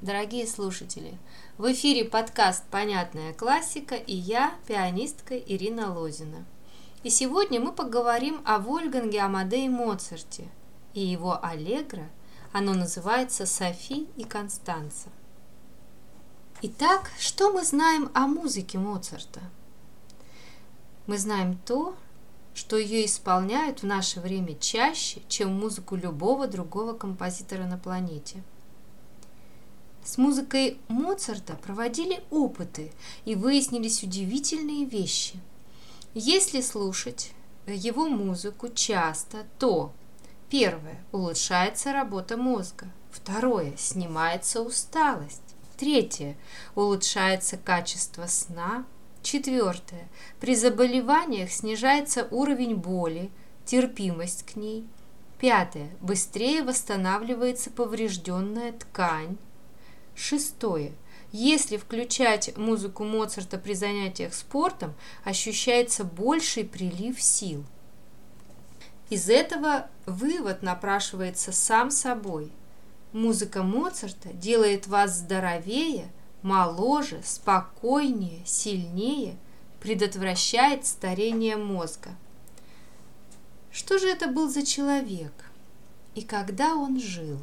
дорогие слушатели! В эфире подкаст «Понятная классика» и я, пианистка Ирина Лозина. И сегодня мы поговорим о Вольфганге Амадее Моцарте и его аллегро. Оно называется «Софи и Констанца». Итак, что мы знаем о музыке Моцарта? Мы знаем то, что ее исполняют в наше время чаще, чем музыку любого другого композитора на планете. С музыкой Моцарта проводили опыты и выяснились удивительные вещи. Если слушать его музыку часто, то первое – улучшается работа мозга, второе – снимается усталость, третье – улучшается качество сна, четвертое – при заболеваниях снижается уровень боли, терпимость к ней, пятое – быстрее восстанавливается поврежденная ткань, шестое. Если включать музыку Моцарта при занятиях спортом, ощущается больший прилив сил. Из этого вывод напрашивается сам собой. Музыка Моцарта делает вас здоровее, моложе, спокойнее, сильнее, предотвращает старение мозга. Что же это был за человек? И когда он жил?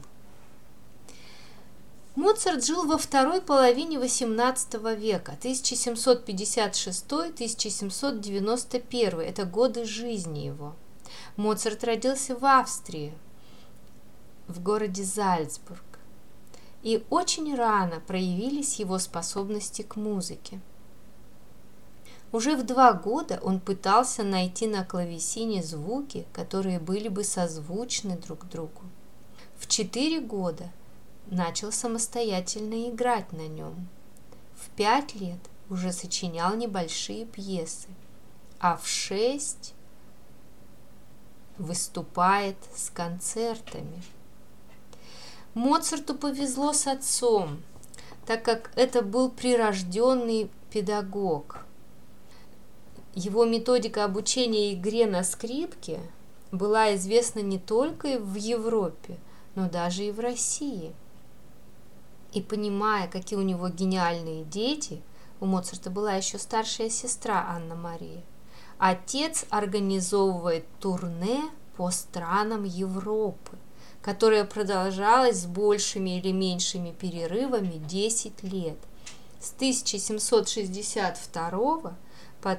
Моцарт жил во второй половине XVIII века, 1756-1791, это годы жизни его. Моцарт родился в Австрии, в городе Зальцбург, и очень рано проявились его способности к музыке. Уже в 2 года он пытался найти на клавесине звуки, которые были бы созвучны друг другу. В 4 года начал самостоятельно играть на нем. В 5 лет уже сочинял небольшие пьесы, а в 6 выступает с концертами. Моцарту повезло с отцом, так как это был прирожденный педагог. Его методика обучения игре на скрипке была известна не только в Европе, но даже и в России. И понимая, какие у него гениальные дети, у Моцарта была еще старшая сестра Анна-Мария, отец организовывает турне по странам Европы, которое продолжалось с большими или меньшими перерывами 10 лет, с 1762 по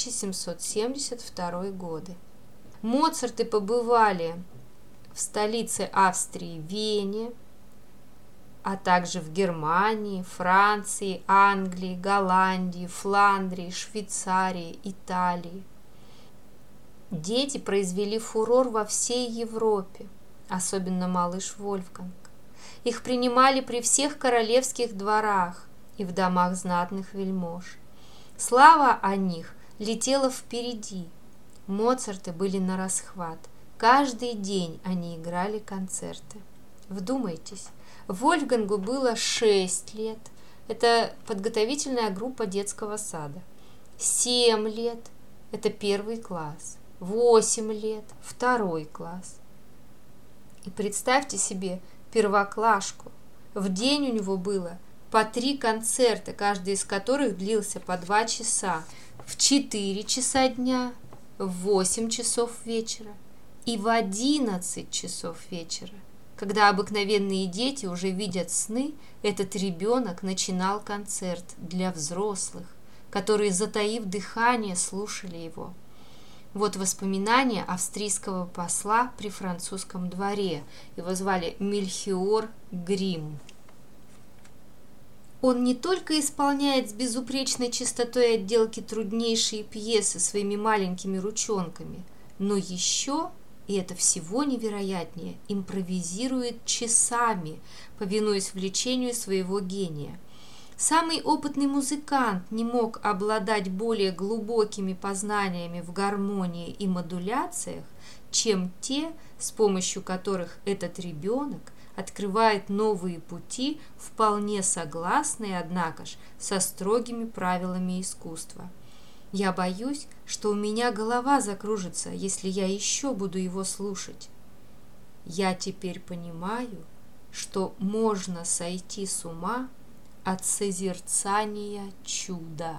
1772 годы. Моцарты побывали в столице Австрии Вене, а также в Германии, Франции, Англии, Голландии, Фландрии, Швейцарии, Италии. Дети произвели фурор во всей Европе, особенно малыш Вольфганг. Их принимали при всех королевских дворах и в домах знатных вельмож. Слава о них летела впереди. Моцарты были нарасхват. Каждый день они играли концерты. Вдумайтесь, Вольфгангу было 6 лет, это подготовительная группа детского сада, 7 лет, это 1 класс, 8 лет, 2 класс. И представьте себе первоклашку, в день у него было по 3 концерта, каждый из которых длился по 2 часа, в 4 часа дня, в 8 часов вечера и в 11 часов вечера. Когда обыкновенные дети уже видят сны, этот ребенок начинал концерт для взрослых, которые, затаив дыхание, слушали его. Вот воспоминания австрийского посла при французском дворе. Его звали Мельхиор Грим. Он не только исполняет с безупречной чистотой отделки труднейшие пьесы своими маленькими ручонками, но еще, и это всего невероятнее, импровизирует часами, повинуясь влечению своего гения. Самый опытный музыкант не мог обладать более глубокими познаниями в гармонии и модуляциях, чем те, с помощью которых этот ребенок открывает новые пути, вполне согласные, однако ж, со строгими правилами искусства. Я боюсь, что у меня голова закружится, если я еще буду его слушать. Я теперь понимаю, что можно сойти с ума от созерцания чуда.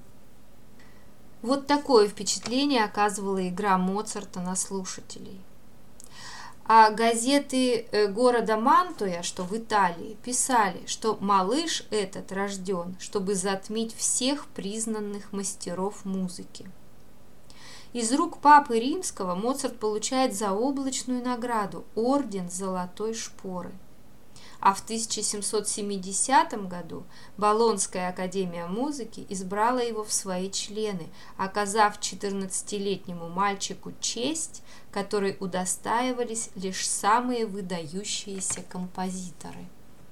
Вот такое впечатление оказывала игра Моцарта на слушателей. А газеты города Мантуя, что в Италии, писали, что малыш этот рожден, чтобы затмить всех признанных мастеров музыки. Из рук Папы Римского Моцарт получает заоблачную награду – орден Золотой Шпоры. А в 1770 году Болонская академия музыки избрала его в свои члены, оказав 14-летнему мальчику честь, которой удостаивались лишь самые выдающиеся композиторы.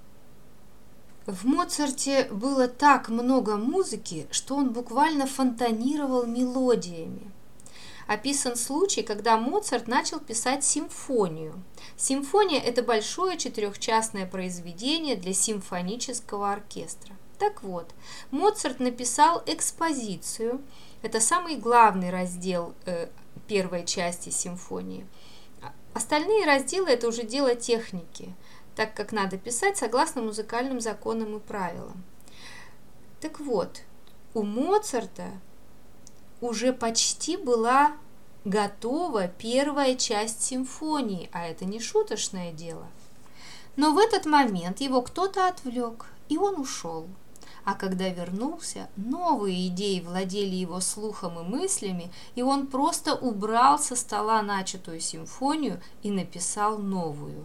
В Моцарте было так много музыки, что он буквально фонтанировал мелодиями. Описан случай, когда Моцарт начал писать симфонию. Симфония – это большое четырехчастное произведение для симфонического оркестра. Так вот, Моцарт написал экспозицию, это самый главный раздел первой части симфонии. Остальные разделы – это уже дело техники, так как надо писать согласно музыкальным законам и правилам. Так вот, у Моцарта уже почти была готова первая часть симфонии, а это не шуточное дело. Но в этот момент его кто-то отвлек, и он ушел. А когда вернулся, новые идеи владели его слухом и мыслями, и он просто убрал со стола начатую симфонию и написал новую.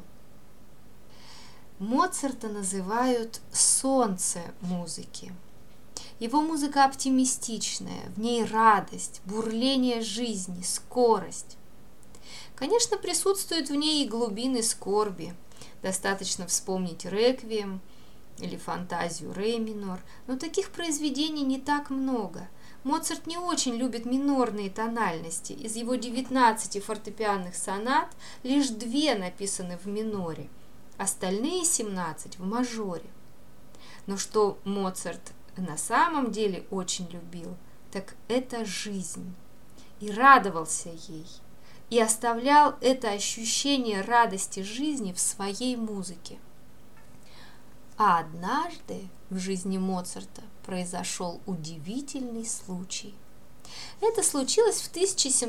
Моцарта называют «солнце музыки». Его музыка оптимистичная, в ней радость, бурление жизни, скорость. Конечно, присутствуют в ней и глубины скорби. Достаточно вспомнить «Реквием» или «Фантазию ре минор», но таких произведений не так много. Моцарт не очень любит минорные тональности. Из его 19 фортепианных сонат лишь 2 написаны в миноре, остальные 17 в мажоре. Но что Моцарт на самом деле очень любил, так это жизнь, и радовался ей, и оставлял это ощущение радости жизни в своей музыке. А однажды в жизни Моцарта произошел удивительный случай. Это случилось в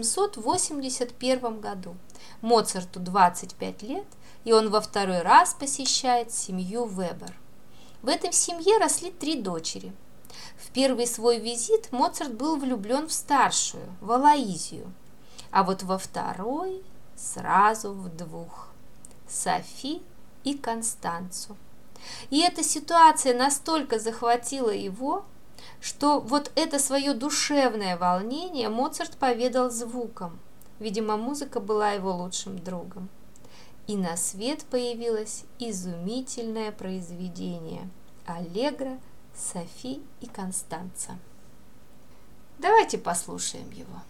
1781 году. Моцарту 25 лет, и он во второй раз посещает семью Вебер. В этой семье росли 3 дочери. В первый свой визит Моцарт был влюблен в старшую, в Алоизию, а вот во второй сразу в 2 – Софи и Констанцу. И эта ситуация настолько захватила его, что вот это свое душевное волнение Моцарт поведал звуком. Видимо, музыка была его лучшим другом. И на свет появилось изумительное произведение «Аллегро, Софи и Констанца». Давайте послушаем его.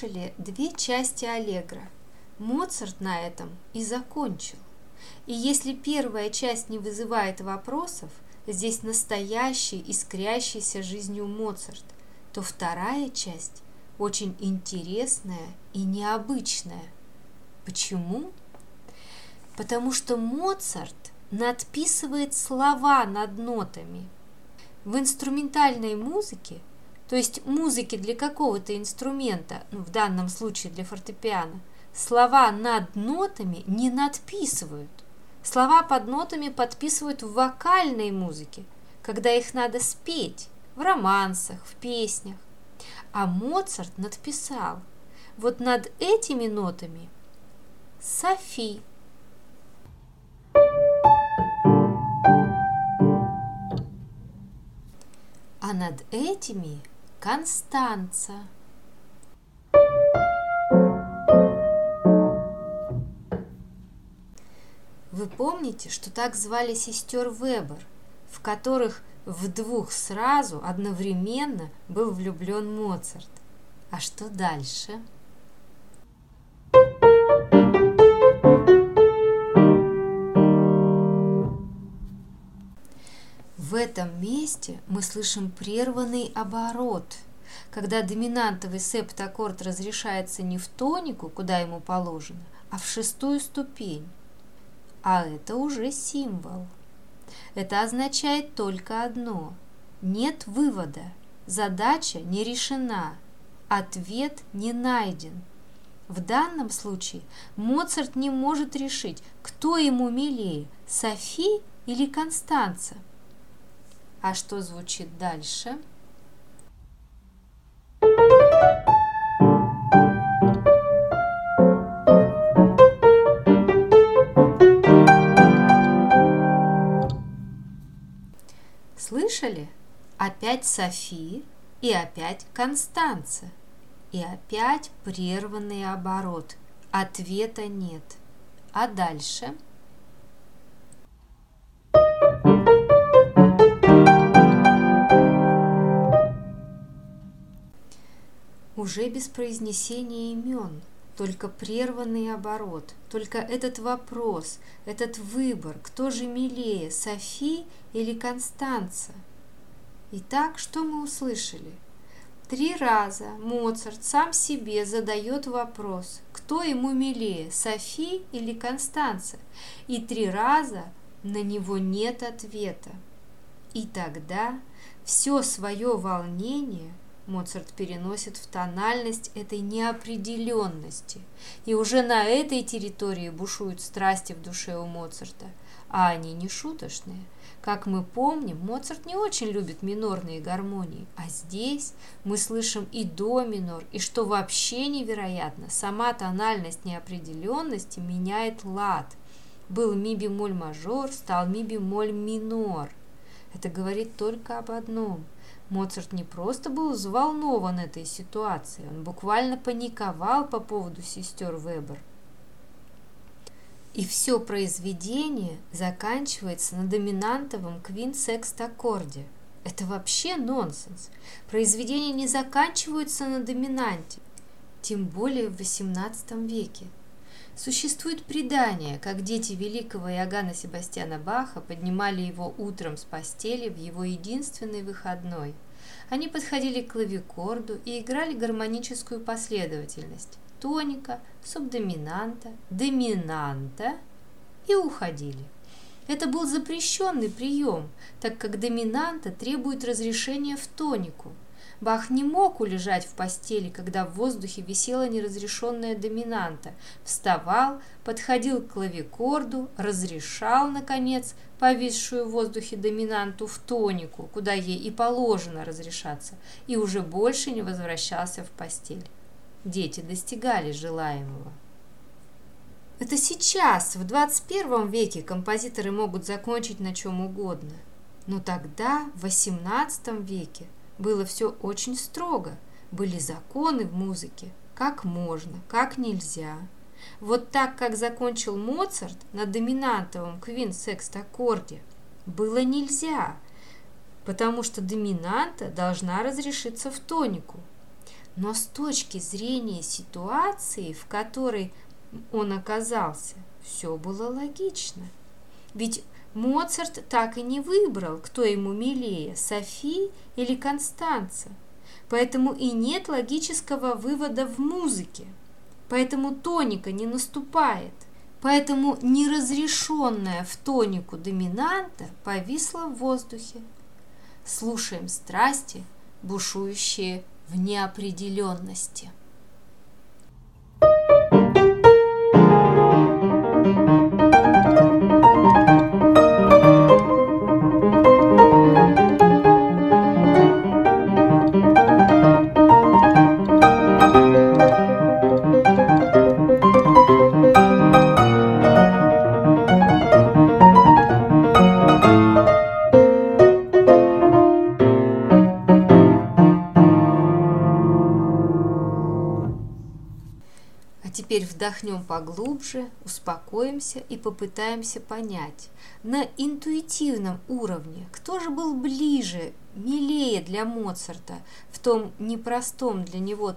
услышали две части аллегро. Моцарт на этом и закончил. И если первая часть не вызывает вопросов, здесь настоящий, искрящийся жизнью Моцарт, то вторая часть очень интересная и необычная. Почему? Потому что Моцарт надписывает слова над нотами. В инструментальной музыке, то есть музыке для какого-то инструмента, в данном случае для фортепиано, слова над нотами не надписывают. Слова под нотами подписывают в вокальной музыке, когда их надо спеть, в романсах, в песнях. А Моцарт надписал вот над этими нотами Софи. А над этими Констанца. Вы помните, что так звали сестер Вебер, в которых в двух сразу одновременно был влюблен Моцарт? А что дальше? В этом месте мы слышим прерванный оборот, когда доминантовый септаккорд разрешается не в тонику, куда ему положено, а в шестую ступень. А это уже символ. Это означает только одно: нет вывода, задача не решена, ответ не найден. В данном случае Моцарт не может решить, кто ему милее, Софи или Констанца. А что звучит дальше? Слышали? Опять Софи и опять Констанца. И опять прерванный оборот. Ответа нет. А дальше? Уже без произнесения имен, только прерванный оборот, только этот вопрос, этот выбор, кто же милее, Софи или Констанца? Итак, что мы услышали? 3 раза Моцарт сам себе задает вопрос, кто ему милее, Софи или Констанца, и 3 раза на него нет ответа. И тогда все свое волнение Моцарт переносит в тональность этой неопределенности, и уже на этой территории бушуют страсти в душе у Моцарта, а они не шуточные. Как мы помним, Моцарт не очень любит минорные гармонии, а здесь мы слышим и до минор, и, что вообще невероятно, сама тональность неопределенности меняет лад. Был ми-бемоль мажор, стал ми-бемоль минор. Это говорит только об одном. Моцарт не просто был взволнован этой ситуацией, он буквально паниковал по поводу сестер Вебер. И все произведение заканчивается на доминантовом квинт-секст-аккорде. Это вообще нонсенс. Произведения не заканчиваются на доминанте, тем более в XVIII веке. Существует предание, как дети великого Иоганна Себастьяна Баха поднимали его утром с постели в его единственный выходной. Они подходили к клавикорду и играли гармоническую последовательность: тоника, субдоминанта, доминанта и уходили. Это был запрещенный прием, так как доминанта требует разрешения в тонику. Бах не мог улежать в постели, когда в воздухе висела неразрешенная доминанта. Вставал, подходил к клавикорду, разрешал, наконец, повисшую в воздухе доминанту в тонику, куда ей и положено разрешаться, и уже больше не возвращался в постель. Дети достигали желаемого. Это сейчас, в 21 веке, композиторы могут закончить на чем угодно. Но тогда, в 18 веке, было все очень строго. Были законы в музыке, как можно, как нельзя. Вот так, как закончил Моцарт на доминантовом квинт-секст-аккорде, было нельзя, потому что доминанта должна разрешиться в тонику. Но с точки зрения ситуации, в которой он оказался, все было логично. Ведь Моцарт так и не выбрал, кто ему милее, Софи или Констанца. Поэтому и нет логического вывода в музыке. Поэтому тоника не наступает. Поэтому неразрешенная в тонику доминанта повисла в воздухе. Слушаем страсти, бушующие в неопределенности. Теперь вдохнем поглубже, успокоимся и попытаемся понять, на интуитивном уровне, кто же был ближе, милее для Моцарта в том непростом для него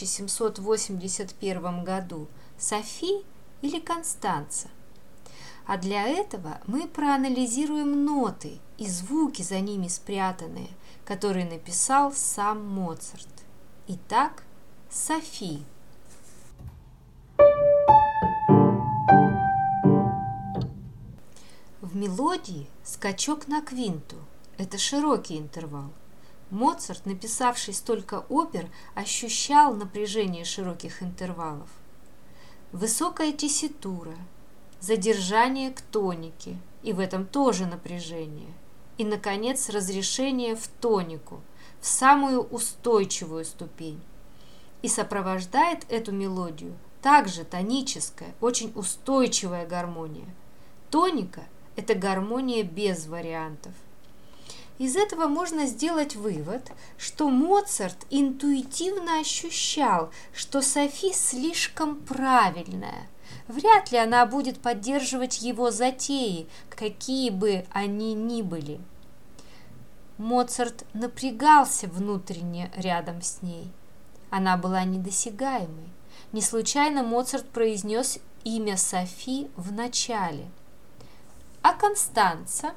1781 году, Софи или Констанца. А для этого мы проанализируем ноты и звуки за ними спрятанные, которые написал сам Моцарт. Итак, Софи. В мелодии скачок на квинту – это широкий интервал. Моцарт, написавший столько опер, ощущал напряжение широких интервалов. Высокая тесситура, задержание к тонике, и в этом тоже напряжение. И, наконец, разрешение в тонику, в самую устойчивую ступень. И сопровождает эту мелодию также тоническая, очень устойчивая гармония. Тоника – это гармония без вариантов. Из этого можно сделать вывод, что Моцарт интуитивно ощущал, что Софи слишком правильная. Вряд ли она будет поддерживать его затеи, какие бы они ни были. Моцарт напрягался внутренне рядом с ней. Она была недосягаемой. Не случайно Моцарт произнес имя Софи в начале. А Констанца?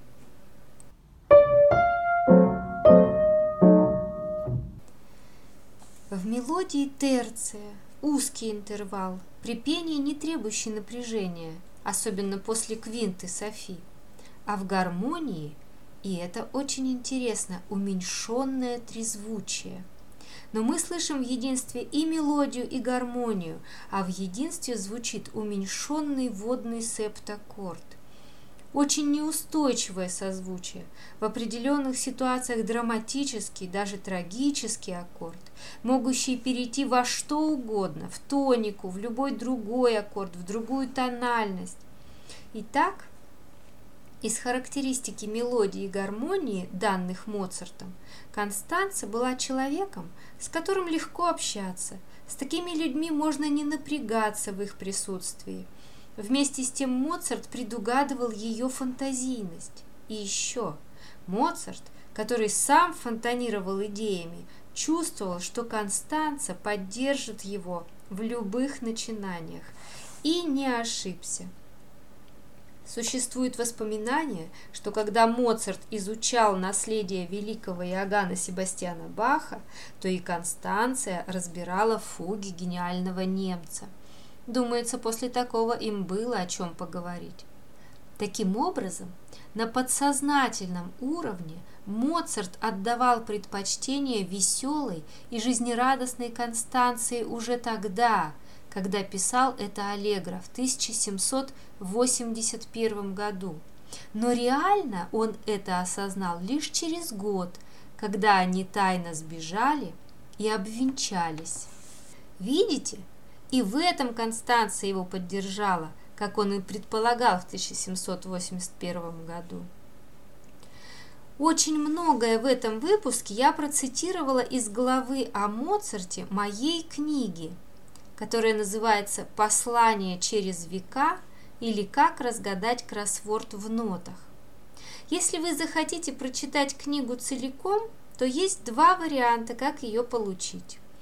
В мелодии терция, узкий интервал, при пении не требующий напряжения, особенно после квинты Софи. А в гармонии, и это очень интересно, уменьшенное трезвучие. Но мы слышим в единстве и мелодию, и гармонию, а в единстве звучит уменьшенный водный септаккорд. Очень неустойчивое созвучие, в определенных ситуациях драматический, даже трагический аккорд, могущий перейти во что угодно, в тонику, в любой другой аккорд, в другую тональность. Итак, из характеристики мелодии и гармонии, данных Моцартом, Констанца была человеком, с которым легко общаться, с такими людьми можно не напрягаться в их присутствии. Вместе с тем Моцарт предугадывал ее фантазийность. И еще Моцарт, который сам фонтанировал идеями, чувствовал, что Констанца поддержит его в любых начинаниях, и не ошибся. Существует воспоминание, что когда Моцарт изучал наследие великого Иоганна Себастьяна Баха, то и Констанция разбирала фуги гениального немца. Думается, после такого им было о чем поговорить. Таким образом, на подсознательном уровне Моцарт отдавал предпочтение веселой и жизнерадостной Констанции уже тогда, когда писал это аллегро в 1781 году. Но реально он это осознал лишь через год, когда они тайно сбежали и обвенчались. Видите? И в этом Констанция его поддержала, как он и предполагал в 1781 году. Очень многое в этом выпуске я процитировала из главы о Моцарте моей книги, которая называется «Послание через века» или «Как разгадать кроссворд в нотах». Если вы захотите прочитать книгу целиком, то есть два варианта, как ее получить.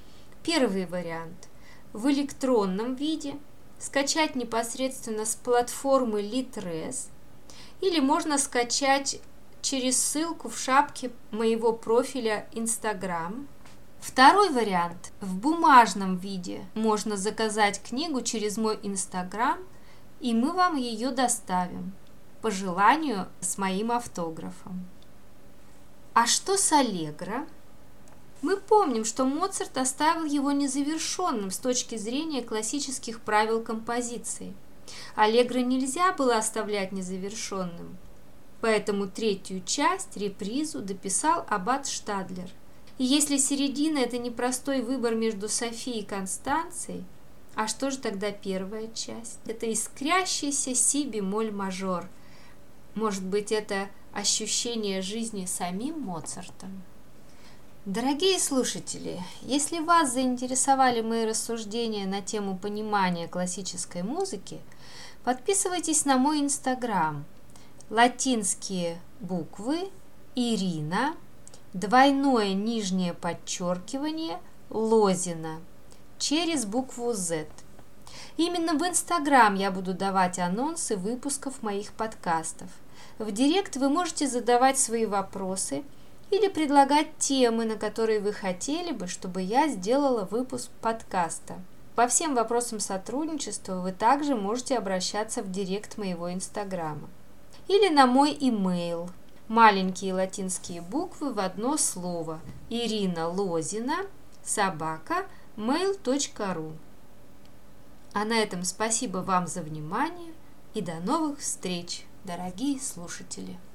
Первый вариант – в электронном виде, скачать непосредственно с платформы Litres, или можно скачать через ссылку в шапке моего профиля Instagram. Второй вариант – в бумажном виде. Можно заказать книгу через мой Instagram, и мы вам ее доставим, по желанию с моим автографом. А что с Allegro? Мы помним, что Моцарт оставил его незавершенным с точки зрения классических правил композиции. Allegro нельзя было оставлять незавершенным, поэтому третью часть, репризу, дописал аббат Штадлер. И если середина – это непростой выбор между Софией и Констанцией, а что же тогда первая часть? Это искрящийся си-бемоль мажор. Может быть, это ощущение жизни самим Моцартом? Дорогие слушатели, если вас заинтересовали мои рассуждения на тему понимания классической музыки, подписывайтесь на мой Instagram. Латинские буквы Ирина, двойное нижнее подчеркивание, Лозина, через букву Z. Именно в Instagram я буду давать анонсы выпусков моих подкастов. В директ вы можете задавать свои вопросы или предлагать темы, на которые вы хотели бы, чтобы я сделала выпуск подкаста. По всем вопросам сотрудничества вы также можете обращаться в директ моего Инстаграма. Или на мой имейл. Маленькие латинские буквы в одно слово. irinalozina@mail.ru. А на этом спасибо вам за внимание и до новых встреч, дорогие слушатели!